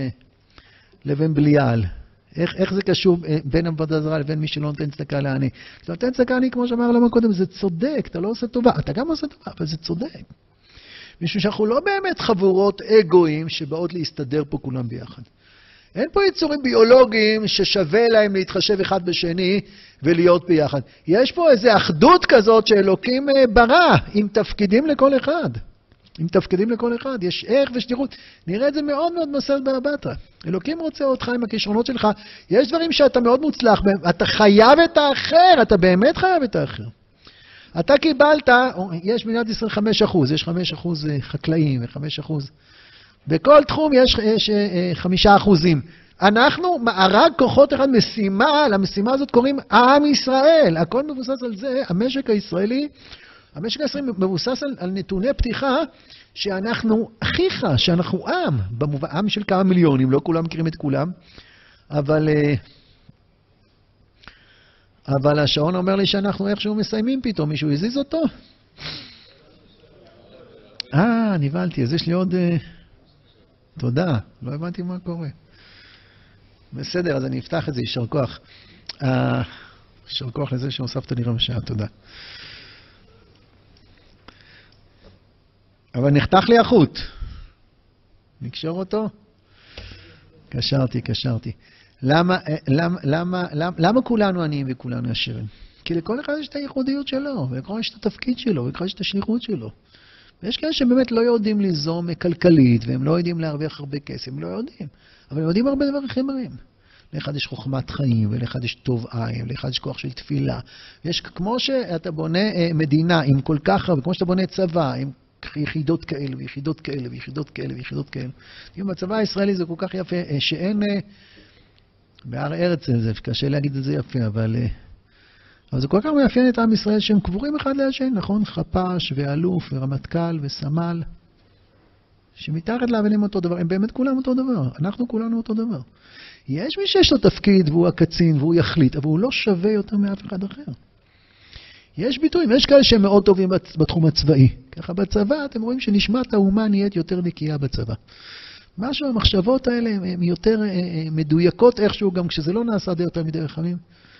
Speaker 1: לבין בליעל? איך זה קשור בין עבודה זרה לבין מי שלא נותן צדקה לעני? אתה נותן צדקה לעני, כמו שאמר למה קודם, זה צודק, אתה לא עושה טובה. אתה גם עושה טובה, אבל זה צודק. משום שאנחנו לא באמת חבורות אגואים שבאות להסתדר פה כולם ביחד. אין פה יצורים ביולוגיים ששווה להם להתחשב אחד בשני ולהיות ביחד. יש פה איזו אחדות כזאת שאלוקים ברא, עם תפקידים לכל אחד. עם תפקידים לכל אחד. יש ערך ושליחות. נראה את זה מאוד מאוד מסרת בבא בתרא. אלוקים רוצה אותך עם הכישרונות שלך. יש דברים שאתה מאוד מוצלח בהם. אתה חייב את האחר. אתה באמת חייב את האחר. אתה קיבלת, יש במדינת ישראל 5%. יש 5% חקלאים ו5%. בכל תחום יש 5%. אנחנו מארג כוחות אחד משימה, למשימה הזאת קוראים עם ישראל. הכל מבוסס על זה, המשק הישראלי מבוסס על נתוני פתיחה שאנחנו אחיך, שאנחנו עם, עם של כמה מיליונים, לא כולם מכירים את כולם, אבל השעון אומר לי שאנחנו איכשהו מסיימים פתאום, מישהו הזיז אותו? נבלתי, אז יש לי עוד... תודה, לא הבנתי מה קורה. בסדר, אז אני אפתח את זה, יישר כוח. יישר כוח לזה שהוספת לי רבע שעה, תודה. אבל נחתך לי החוט. נקשר אותו? קשרתי. למה כולנו עניים וכולנו עשירים? כי לכל אחד יש את הייחודיות שלו, ולכל אחד יש את התפקיד שלו, ולכל אחד יש את השליחות שלו. ויש כאלה שבאמת לא יודעים ליזום כלכלית, והם לא יודעים להרוויח הרבה כסף, הם לא יודעים. אבל הם יודעים הרבה דברים אחרים. לאחד יש חוכמת חיים, ולאחד יש טוב עין, ולאחד יש כוח של תפילה. יש, כמו שאתה בונה מדינה עם כל כך הרבה, כמו שאתה בונה צבא, עם יחידות כאלה, ויחידות כאלה, ויחידות כאלה, ויחידות כאלה. בצבא הישראלי זה כל כך יפה, שאין... בהר הרצל זה קשה להגיד את זה יפה, אבל זה כל כך מאפיין את עם ישראל שהם קבורים אחד ליד שני, נכון? חפש ואלוף ורמטכ"ל וסמל, שמתחת לאבנים אותו דבר, הם באמת כולם אותו דבר, אנחנו כולנו אותו דבר. יש מי שיש לו תפקיד והוא הקצין והוא יחליט, אבל הוא לא שווה יותר מאף אחד אחר. יש ביטויים, יש כאלה שהם מאוד טובים בתחום הצבאי. ככה בצבא אתם רואים שנשמת האומה נהיית יותר נקייה בצבא. משהו, המחשבות האלה הן יותר מדויקות איכשהו, גם כשזה לא נעשה די יותר מדי רחמים.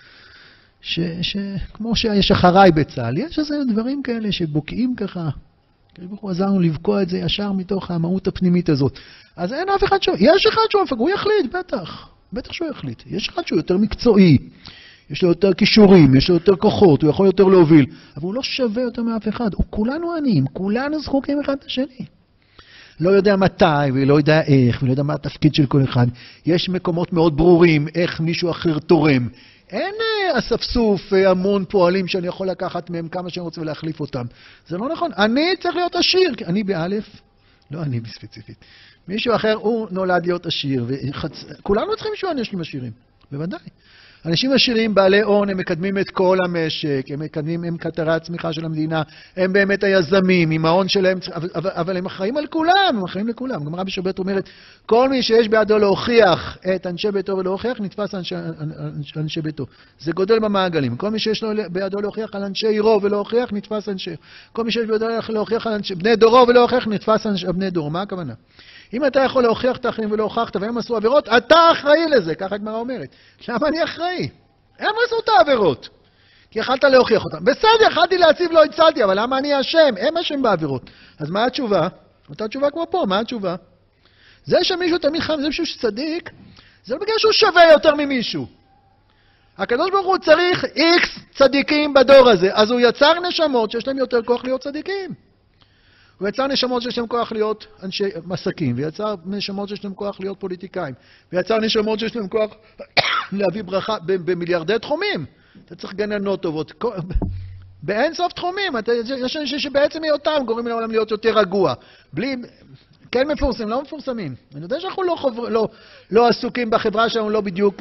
Speaker 1: כמו שיש אחריי בצה"ל, יש איזה דברים כאלה שבוקעים ככה. הוא עזר לנו לבקוע את זה ישר מתוך המהות הפנימית הזאת. אז אין אף אחד יש אחד שהוא מפגר, הוא יחליט, בטח שהוא יחליט. יש אחד שהוא יותר מקצועי, יש לו יותר כישורים, יש לו יותר כוחות, הוא יכול יותר להוביל, אבל הוא לא שווה יותר מאף אחד. כולנו עניים, כולנו זקוקים אחד לשני. לא יודע מתי, ולא יודע איך, ולא יודע מה התפקיד של כל אחד. יש מקומות מאוד ברורים איך מישהו אחר תורם. אין אספסוף המון פועלים שאני יכול לקחת מהם כמה שאני רוצה ולהחליף אותם. זה לא נכון. אני צריך להיות עשיר. אני באלף, לא אני בספציפית. מישהו אחר, הוא נולד להיות עשיר. כולנו צריכים שהוא אנשים עשירים. בוודאי. אנשים עשירים, בעלי הון, הם מקדמים את כל המשק, הם קטרי הצמיחה של המדינה, הם באמת היזמים, עם ההון שלהם, אבל הם אחראים על כולם, הם אחראים לכולם. גמרא בשבת אומרת, כל מי שיש בידו להוכיח את אנשי ביתו ולהוכיח, נתפס אנשי ביתו. זה גודל במעגלים. כל מי שיש לו בידו להוכיח על אנשי עירו ולהוכיח, נתפס אנשי. כל מי שיש בידו להוכיח על בני דורו ולהוכיח, נתפס בני דורו. מה הכוונה? אם אתה יכול להוכיח את האחרים ולא הוכחת והם עשו עבירות, אתה אחראי לזה, ככה הגמרא אומרת. למה אני אחראי? הם עשו את העבירות. כי יכלת להוכיח אותם. בסדר, יכלתי להציב, לא הצלתי, אבל למה אני אשם? הם אשם בעבירות. אז מה התשובה? אותה תשובה כמו פה, מה התשובה? זה שמישהו תמיד חם, זה מישהו שצדיק, זה לא בגלל שהוא שווה יותר ממישהו. הקדוש ברוך הוא צריך X צדיקים בדור הזה, אז הוא יצר נשמות שיש להם יותר כוח להיות צדיקים. הוא יצר נשמות שיש להם כוח להיות אנשי מסקים, ויצר נשמות שיש להם כוח להיות פוליטיקאים, ויצר נשמות שיש להם כוח להביא ברכה במיליארדי תחומים. אתה צריך גננות טובות. באין סוף תחומים, יש אנשים שבעצם מאותם גורמים לעולם להיות יותר רגוע. בלי, כן מפורסמים, לא מפורסמים. אני יודע שאנחנו לא עסוקים בחברה שלנו, לא בדיוק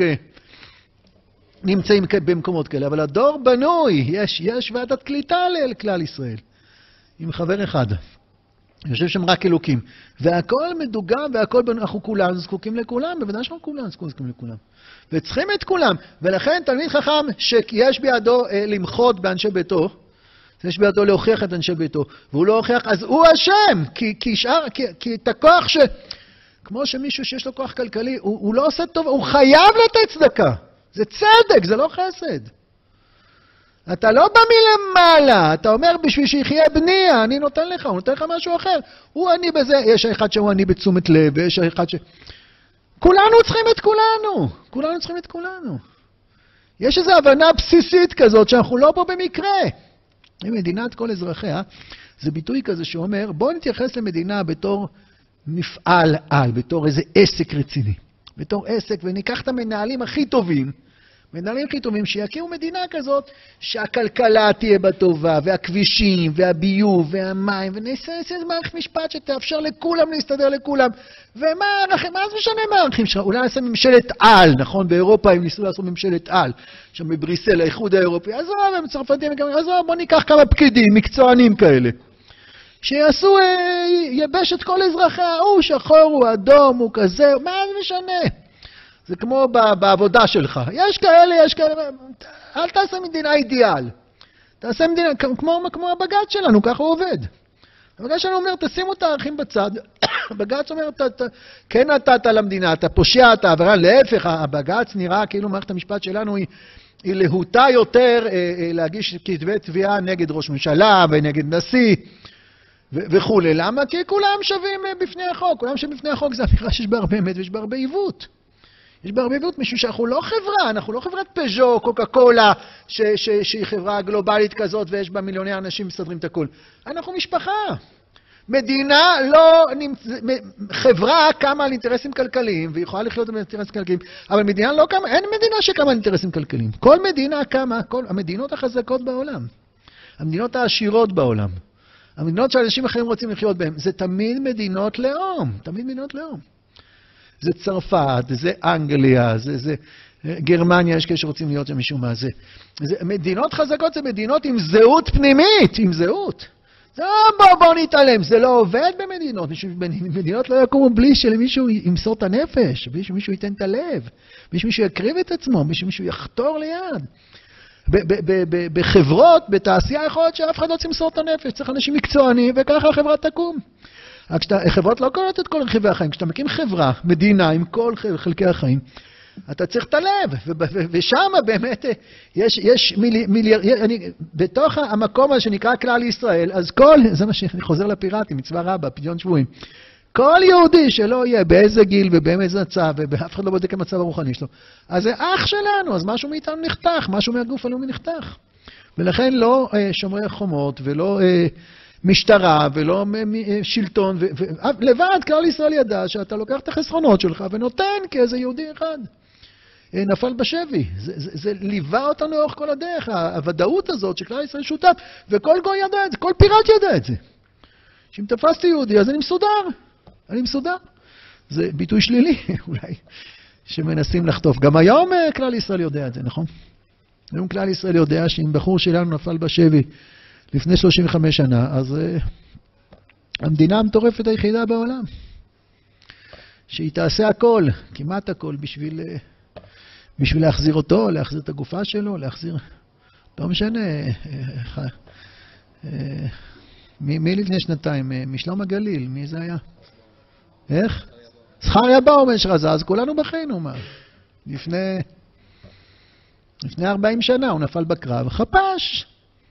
Speaker 1: נמצאים במקומות כאלה, אבל הדור בנוי, יש ועדת קליטה לכלל ישראל. עם חבר אחד. יושב שם רק אלוקים. והכל מדוגם והכל אנחנו כולם זקוקים לכולם. בוודאי שאנחנו כולם זקוקים לכולם. וצריכים את כולם. ולכן תלמיד חכם שיש בידו למחות באנשי ביתו, יש בידו להוכיח את אנשי ביתו, והוא לא הוכיח, אז הוא אשם. כי את הכוח כמו שמישהו שיש לו כוח כלכלי, הוא לא עושה טוב, הוא חייב לתת צדקה. זה צדק, זה לא חסד. אתה לא בא מלמעלה, אתה אומר בשביל שיחיה בנייה, אני נותן לך, הוא נותן לך משהו אחר. הוא עני בזה, יש אחד שהוא עני בתשומת לב, ויש אחד כולנו צריכים את כולנו, כולנו צריכים את כולנו. יש איזו הבנה בסיסית כזאת שאנחנו לא פה במקרה. מדינת כל אזרחיה, זה ביטוי כזה שאומר, בוא נתייחס למדינה בתור מפעל על, בתור איזה עסק רציני. בתור עסק, וניקח את המנהלים הכי טובים, מנהלים הכי טובים שיקימו מדינה כזאת שהכלכלה תהיה בטובה, והכבישים, והביוב, והמים, ונעשה מערכת משפט שתאפשר לכולם להסתדר לכולם. ומה זה משנה מה הערכים שלך? אולי נעשה ממשלת על, נכון? באירופה הם ניסו לעשות ממשלת על, שם בבריסל, האיחוד האירופי. אז הם צרפתים, אז בוא ניקח כמה פקידים, מקצוענים כאלה. שיעשו, יבש את כל אזרחיה, הוא שחור, הוא אדום, הוא כזה, מה זה משנה? זה כמו בעבודה שלך. יש כאלה, אל תעשה מדינה אידיאל. תעשה מדינה, כמו הבג"ץ שלנו, ככה הוא עובד. הבג"ץ שלנו אומר, תשימו את הערכים בצד. הבג"ץ אומר, כן נתת למדינה, אתה פושע, אתה עברה, להפך, הבג"ץ נראה כאילו מערכת המשפט שלנו היא להוטה יותר להגיש כתבי תביעה נגד ראש ממשלה ונגד נשיא וכו'. למה? כי כולם שווים בפני החוק. כולם שווים בפני החוק זה אמירה שיש בה הרבה אמת ויש בה הרבה עיוות. יש בהרבה עיוות משום שאנחנו לא חברה, אנחנו לא חברת פז'ו, קוקה קולה, שהיא חברה גלובלית כזאת ויש בה מיליוני אנשים מסדרים את הכל. אנחנו משפחה. מדינה לא, חברה קמה על אינטרסים כלכליים, והיא יכולה לחיות על אינטרסים כלכליים, אבל מדינה לא קמה, אין מדינה שקמה על אינטרסים כלכליים. כל מדינה קמה, המדינות החזקות בעולם, המדינות העשירות בעולם, המדינות שאנשים אחרים רוצים לחיות בהן, זה תמיד מדינות לאום, תמיד מדינות לאום. זה צרפת, זה אנגליה, זה גרמניה, יש כאלה שרוצים להיות שם משום מה. זה מדינות חזקות, זה מדינות עם זהות פנימית, עם זהות. זה בוא נתעלם, זה לא עובד במדינות. מדינות לא יקומו בלי שלמישהו ימסור את הנפש, בלי שמישהו ייתן את הלב, בלי שמישהו יקריב את עצמו, בלי שמישהו יחתור ליד. בחברות, בתעשייה יכול להיות שאף אחד לא צריך למסור את הנפש, צריך אנשים מקצוענים, וככה החברה תקום. חברות לא קוראות את כל רכיבי החיים. כשאתה מקים חברה, מדינה עם כל חלקי החיים, אתה צריך את הלב, ושם באמת יש בתוך המקום הזה שנקרא כלל ישראל, אז זה מה שאני חוזר לפיראטים, מצווה רבה, פדיון שבויים. כל יהודי שלא יהיה באיזה גיל ובאיזה מצב, ואף אחד לא בודק המצב הרוחני שלו, אז זה אח שלנו, אז משהו מאיתנו נחתך, משהו מהגוף הלאומי נחתך. ולכן לא שומרי חומות ולא משטרה ולא שלטון, לבד כלל ישראל ידע שאתה לוקח את החסרונות שלך ונותן כאיזה יהודי אחד. נפל בשבי. זה ליווה אותנו לאורך כל הדרך, הוודאות הזאת שכלל ישראל שותף, וכל גוי ידע את זה, כל פיראט ידע את זה. שאם תפסתי יהודי, אז אני מסודר. זה ביטוי שלילי, אולי. שמנסים לחטוף. גם היום כלל ישראל יודע את זה, נכון? היום כלל ישראל יודע שאם בחור שלנו נפל בשבי לפני 35 שנה, אז המדינה המטורפת היחידה בעולם, שהיא תעשה הכל, כמעט הכל, בשביל להחזיר אותו, להחזיר את הגופה שלו, להחזיר... לא משנה, מי לפני שנתיים? משלום הגליל, מי זה היה? איך? זכריה באומש רזה, אז כולנו בכינו, מה? לפני 40 שנה הוא נפל בקרב, חפש.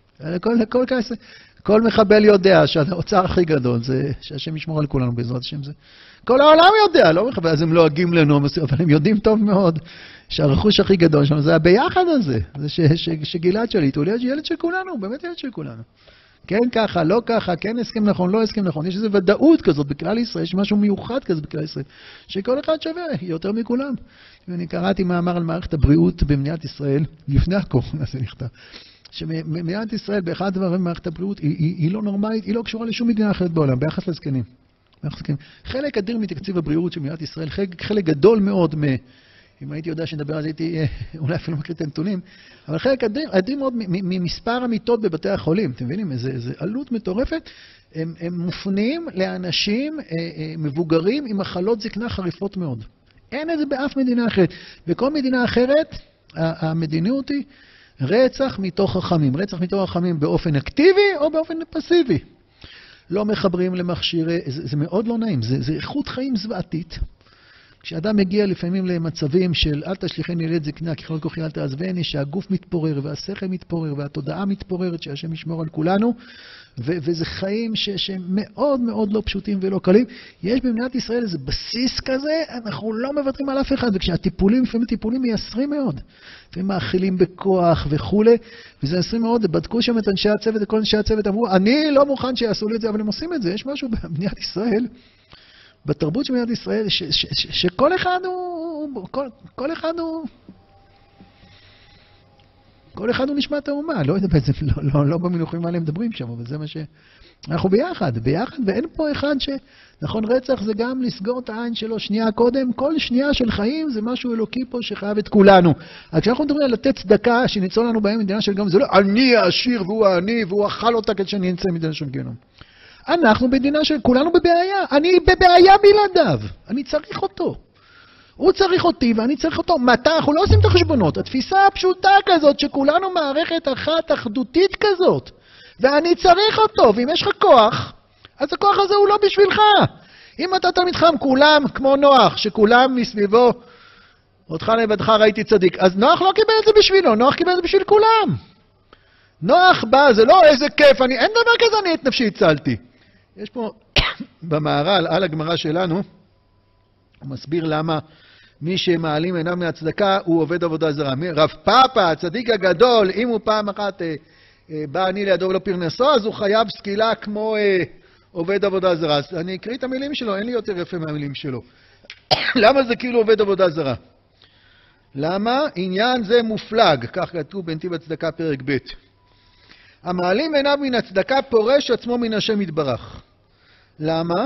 Speaker 1: כל מחבל יודע שהאוצר הכי גדול זה שהשם ישמור על כולנו בעזרת השם זה. כל העולם יודע, לא מחבל, אז הם לועגים לנו, אבל הם יודעים טוב מאוד שהרכוש הכי גדול שלנו זה הביחד הזה. זה שגלעד שליט הוא ילד של כולנו, באמת ילד של כולנו. כן ככה, לא ככה, כן הסכם נכון, לא הסכם נכון. יש איזו ודאות כזאת בכלל ישראל, יש משהו מיוחד כזה בכלל ישראל, שכל אחד שווה יותר מכולם. ואני קראתי מאמר על מערכת הבריאות במדינת ישראל, לפני הקורונה זה נכתב, שמדינת ישראל, באחד הדברים במערכת הבריאות, היא לא נורמלית, היא לא קשורה לשום מדינה אחרת בעולם, ביחס לזקנים. חלק אדיר מתקציב הבריאות של מדינת ישראל, חלק גדול מאוד אם הייתי יודע שנדבר על זה, הייתי אולי אפילו מקריא את הנתונים, אבל חלק אדיר מאוד ממספר המיטות בבתי החולים, אתם מבינים? זה עלות מטורפת, הם מופנים לאנשים מבוגרים עם מחלות זקנה חריפות מאוד. אין את זה באף מדינה אחרת. בכל מדינה אחרת, המדיניות היא רצח מתוך חכמים. רצח מתוך חכמים באופן אקטיבי או באופן פסיבי. לא מחברים למכשירי, זה מאוד לא נעים, זה איכות חיים זוועתית. כשאדם מגיע לפעמים למצבים של אל תשליכני לעת זקנה, ככל כוחי אל תעזבני, שהגוף מתפורר והשכל מתפורר והתודעה מתפוררת, שהשם ישמור על כולנו, וזה חיים שמאוד מאוד לא פשוטים ולא קלים. יש במדינת ישראל איזה בסיס כזה, אנחנו לא מוותרים על אף אחד, וכשהטיפולים, לפעמים טיפולים מייסרים מאוד, לפעמים מאכילים בכוח וכו', וזה מייסרים מאוד, בדקו שם את אנשי הצוות, וכל אנשי הצוות אמרו, אני לא מוכן שיעשו לי את זה, אבל הם עושים את זה, יש משהו במדינת ישראל, בתרבות של מדינת ישראל, שכל אחד הוא, כל אחד הוא נשמת האומה, לא יודע בעצם, לא במינוחים האלה מדברים שם, אבל זה מה אנחנו ביחד, ואין פה אחד נכון, רצח זה גם לסגור את העין שלו שנייה קודם, כל שנייה של חיים זה משהו אלוקי פה שחייב את כולנו. אז כשאנחנו מדברים על לתת צדקה, שניצול לנו בהם מדינה של גם, זה לא אני העשיר והוא העני, והוא אכל אותה כדי שאני אמצא מדינה של גיהנום. אנחנו מדינה של כולנו בבעיה, אני בבעיה בלעדיו, אני צריך אותו. הוא צריך אותי ואני צריך אותו. מתי? אנחנו לא עושים את החשבונות. התפיסה הפשוטה כזאת שכולנו מערכת אחת אחדותית כזאת, ואני צריך אותו, ואם יש לך כוח, אז הכוח הזה הוא לא בשבילך. אם אתה תלמיד חכם, כולם כמו נוח, שכולם מסביבו, אותך לבדך ראיתי צדיק, אז נוח לא קיבל את זה בשבילו, נוח קיבל את זה בשביל כולם. נוח בא, זה לא איזה כיף, אין דבר כזה, אני את נפשי הצלתי. יש פה במהר"ל, על הגמרא שלנו, הוא מסביר למה מי שמעלים עיניו מהצדקה הוא עובד עבודה זרה. רב פאפא, הצדיק הגדול, אם הוא פעם אחת בא אני לידו ולא פרנסו, אז הוא חייב סקילה כמו עובד עבודה זרה. אז אני אקריא את המילים שלו, אין לי יותר יפה מהמילים שלו. למה זה כאילו עובד עבודה זרה? למה? עניין זה מופלג, כך כתוב בנתיב הצדקה פרק ב'. המעלים עיניו מן הצדקה פורש עצמו מן השם יתברך. למה?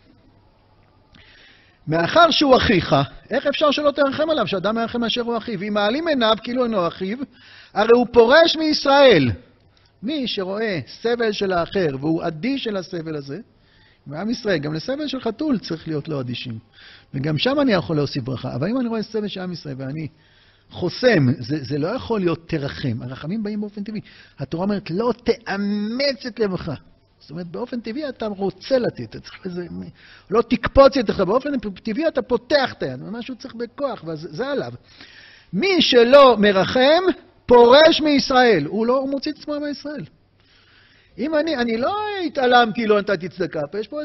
Speaker 1: מאחר שהוא אחיך, איך אפשר שלא תרחם עליו, שאדם מרחם אשר הוא אחיו? ואם מעלים עיניו כאילו אינו אחיו, הרי הוא פורש מישראל. מי שרואה סבל של האחר והוא אדיש של הסבל הזה, מעם ישראל, גם לסבל של חתול צריך להיות לא אדישים. וגם שם אני יכול להוסיף ברכה. אבל אם אני רואה סבל של עם ישראל ואני חוסם, זה לא יכול להיות תרחם. הרחמים באים באופן טבעי. התורה אומרת, לא תאמץ את לבך. זאת אומרת, באופן טבעי אתה רוצה לתת, לא תקפוץ את לך, באופן טבעי אתה פותח את היד, ומשהו צריך בכוח, וזה עליו. מי שלא מרחם, פורש מישראל, הוא מוציא את עצמו מישראל. אם אני לא התעלמתי, לא נתתי צדקה, יש פה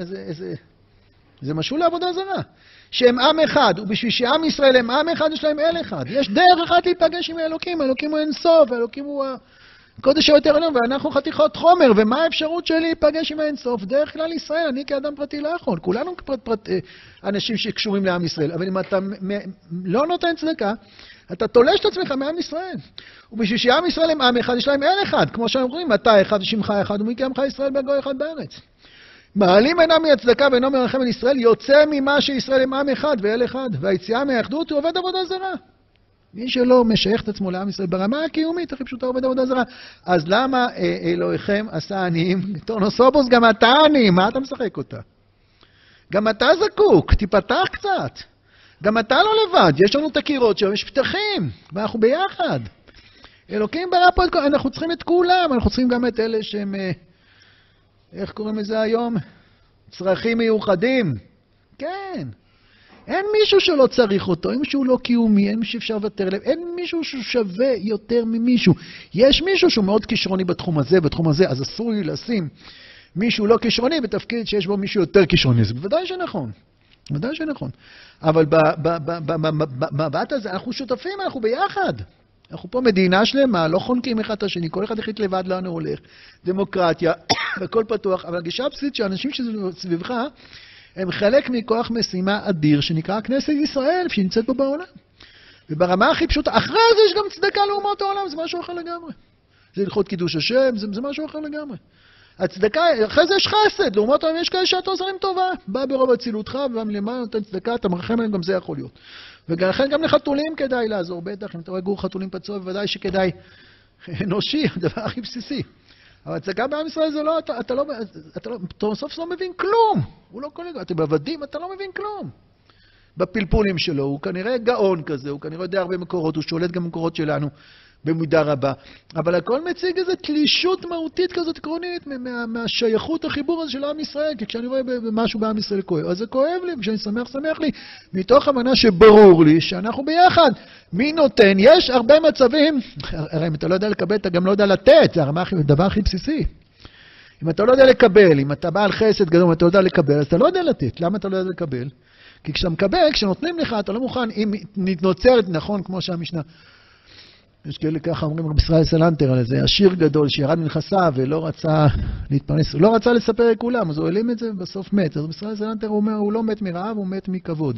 Speaker 1: זה משהו לעבודה זרה. שהם עם אחד, ובשביל שעם ישראל הם עם אחד, יש להם אל אחד. יש דרך אחת להיפגש עם האלוקים, האלוקים הוא אינסוף, האלוקים הוא קודש היותר עליון, ואנחנו חתיכות חומר, ומה האפשרות שלי להיפגש עם האינסוף? דרך כלל ישראל, אני כאדם פרטי לא יכול, כולנו אנשים שקשורים לעם ישראל, אבל אם אתה לא נותן צדקה, אתה תולש את עצמך מעם ישראל. ובשביל שעם ישראל הם עם אחד, יש להם אל אחד, כמו שאנחנו אומרים, אתה אחד, שמך אחד, ומקיימך ישראל בגוי אחד בארץ. מעלים עינם מהצדקה ואינו מרחם על ישראל, יוצא ממה שישראל הם עם אחד ואל אחד, והיציאה מהאחדות הוא עובד עבודה זרה. מי שלא משייך את עצמו לעם ישראל ברמה הקיומית, הכי פשוטה עובד עבודה זרה. אז למה אלוהיכם עשה עניים? טורנוסובוס, גם אתה עני, מה אתה משחק אותה? גם אתה זקוק, תיפתח קצת. גם אתה לא לבד, יש לנו את הקירות שם, יש פתחים, ואנחנו ביחד. אלוקים ברא פה את כל, אנחנו צריכים את כולם, אנחנו צריכים גם את אלה שהם, איך קוראים לזה היום? צרכים מיוחדים. כן. אין מישהו שלא צריך אותו, אין מישהו לא קיומי, אין מישהו שאפשר לוותר לב, אין מישהו ששווה יותר ממישהו. יש מישהו שהוא מאוד כישרוני בתחום הזה, אז אסור לי לשים מישהו לא כישרוני בתפקיד שיש בו מישהו יותר כישרוני. זה בוודאי שנכון, בוודאי שנכון. אבל במבט הזה אנחנו שותפים, אנחנו ביחד. אנחנו פה מדינה שלמה, לא חונקים אחד את השני, כל אחד החליט לבד לאן הוא הולך. דמוקרטיה, הכל פתוח, אבל הגישה הבסיסית שהאנשים שסביבך הם חלק מכוח משימה אדיר שנקרא כנסת ישראל, שנמצאת פה בעולם. וברמה הכי פשוטה, אחרי זה יש גם צדקה לאומות העולם, זה משהו אחר לגמרי. זה הלכות קידוש השם, זה משהו אחר לגמרי. הצדקה, אחרי זה יש חסד, לאומות העולם יש כאלה שאתה עוזרים טובה. בא ברוב הצילותך, ולמעלה נותן צדקה, אתה מרחם עליהם, גם זה יכול להיות. ולכן גם לחתולים כדאי לעזור, בטח, אם אתה רואה גור חתולים פצוע, בוודאי שכדאי אנושי, הדבר הכי בסיסי. אבל הצדקה בעם ישראל זה לא, אתה בסוף לא מבין כלום. הוא לא קולגה, אתם עבדים, אתה לא מבין כלום. בפלפולים שלו, הוא כנראה גאון כזה, הוא כנראה יודע הרבה מקורות, הוא שולט גם מקורות שלנו במידה רבה. אבל הכל מציג איזו תלישות מהותית כזאת עקרונית, מהשייכות החיבור הזה של עם ישראל, כי כשאני רואה משהו בעם ישראל כואב, אז זה כואב לי, וכשאני שמח לי, מתוך הבנה שברור לי שאנחנו ביחד. מי נותן? יש הרבה מצבים, הרי אם אתה לא יודע לקבל, אתה גם לא יודע לתת, זה הדבר הכי בסיסי. אם אתה לא יודע לקבל, אם אתה בעל חסד גדול, אם אתה לא יודע לקבל, אז אתה לא יודע לתת. למה אתה לא יודע לקבל? כי כשאתה מקבל, כשנותנים לך, אתה לא מוכן, אם נתנוצרת, נכון, כמו שהמשנה, יש כאלה ככה אומרים רבי ישראל סלנטר על איזה עשיר גדול שירד מנכסיו ולא רצה להתפרנס, לא רצה לספר לכולם, אז הוא העלים את זה ובסוף מת. אז רבי ישראל סלנטר אומר, הוא לא מת מרעב, הוא מת מכבוד.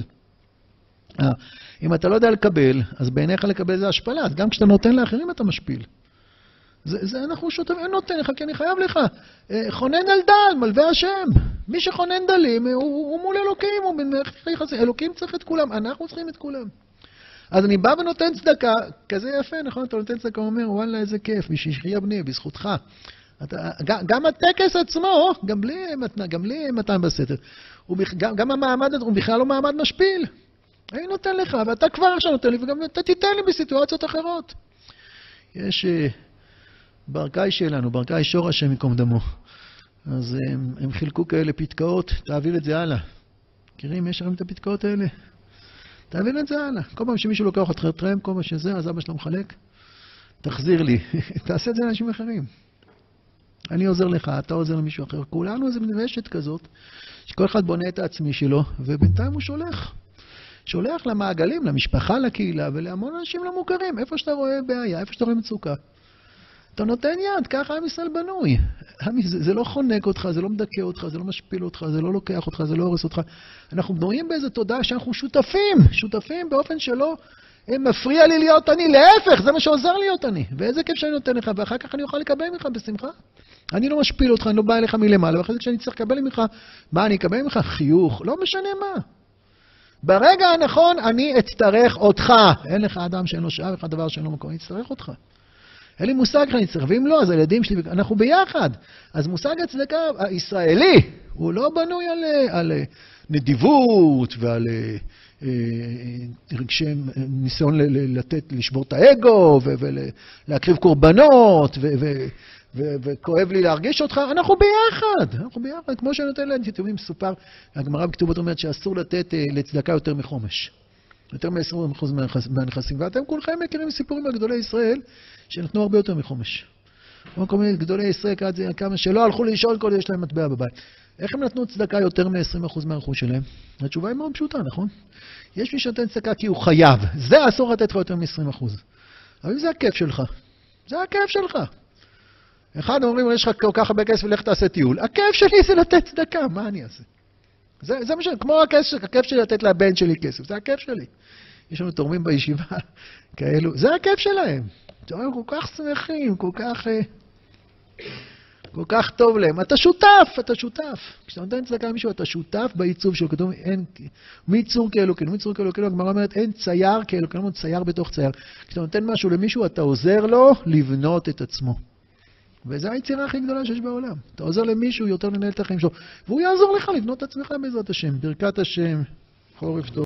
Speaker 1: אם אתה לא יודע לקבל, אז בעיניך לקבל זה השפלה, אז גם כשאתה נותן לאחרים אתה משפיל. זה אנחנו שותפים, אני נותן לך כי אני חייב לך. חונן על דל, מלווה השם. מי שחונן דלים הוא מול אלוקים, הוא במערכת היחסים. אלוקים צריך את כולם, אנחנו צריכים את כולם. אז אני בא ונותן צדקה, כזה יפה, נכון? אתה נותן צדקה, הוא אומר, וואלה, איזה כיף, בשביל בני, בזכותך. גם הטקס עצמו, גם בלי מתן בסתר, גם המעמד הזה, הוא בכלל לא מעמד משפיל. אני נותן לך, ואתה כבר עכשיו נותן לי, וגם אתה תיתן לי בסיטואציות אחרות. יש ברקאי שלנו, ברקאי שור השם מקום דמו. אז הם חילקו כאלה פתקאות, תעביר את זה הלאה. מכירים, יש לכם את הפתקאות האלה? תעביר את זה הלאה. כל פעם שמישהו לוקח אותך טרם, כל פעם שזה, אז אבא שלו מחלק, תחזיר לי. תעשה את זה לאנשים אחרים. אני עוזר לך, אתה עוזר למישהו אחר. כולנו איזו רשת כזאת, שכל אחד בונה את העצמי שלו, ובינתיים הוא שולח למעגלים, למשפחה, לקהילה, ולהמון אנשים לא מוכרים. איפה שאתה רואה בעיה, איפה שאתה רואה מצוקה. אתה נותן יד, ככה עם ישראל בנוי. זה לא חונק אותך, זה לא מדכא אותך, זה לא משפיל אותך, זה לא לוקח אותך, זה לא הורס אותך. אנחנו בנויים באיזו תודעה שאנחנו שותפים באופן שלא מפריע לי להיות אני, להפך, זה מה שעוזר לי להיות אני. ואיזה כיף שאני נותן לך, ואחר כך אני אוכל לקבל ממך בשמחה. אני לא משפיל אותך, אני לא בא אליך מלמעלה, ואחרי זה כשאני צריך לקבל ממך, מה אני אקבל ממך? חיוך, לא משנה מה. ברגע הנכון אני אצטרך אותך. אין לך אדם שאין לו שעה ואחד דבר שאין לו מקום, אני אצטרך אותך. אין לי מושג אני צריך, ואם לא, אז הילדים שלי, אנחנו ביחד. אז מושג הצדקה הישראלי, הוא לא בנוי על נדיבות ועל ניסיון לשבור את האגו ולהקריב קורבנות וכואב לי להרגיש אותך. אנחנו ביחד, כמו שנותן להם, תראו, מסופר, הגמרא בכתובות אומרת שאסור לתת לצדקה יותר מחומש. יותר מ-20% מהנכסים, ואתם כולכם מכירים סיפורים על גדולי ישראל שנתנו הרבה יותר מחומש. כל מיני גדולי ישראל, כמה שלא הלכו לישון כל יש להם מטבע בבית. איך הם נתנו צדקה יותר מ-20% מהרכוש שלהם? התשובה היא מאוד פשוטה, נכון? יש מי שנותן צדקה כי הוא חייב. זה אסור לתת לך יותר מ-20%. אבל זה הכיף שלך. זה הכיף שלך. אחד אומרים, יש לך כל כך הרבה כסף ולך תעשה טיול. הכיף שלי זה לתת צדקה, מה אני אעשה? זה מה כמו הכיף שלי לתת לבן שלי כסף, זה הכיף שלי. יש לנו תורמים בישיבה כאלו, זה הכיף שלהם. הם כל כך שמחים, כל כך... כל כך טוב להם. אתה שותף, אתה שותף. כשאתה נותן צדקה למישהו, אתה שותף בעיצוב שלו. כתוב, אין, מי צור כאלוקינו, מי צור כאלוקינו. הגמרא אומרת, אין צייר כאלוקינו, צייר בתוך צייר. כשאתה נותן משהו למישהו, אתה עוזר לו לבנות את עצמו. וזו היצירה הכי גדולה שיש בעולם. אתה עוזר למישהו יותר לנהל את החיים שלו. והוא יעזור לך לבנות את עצמך בעזרת השם. ברכת השם, חורף טוב.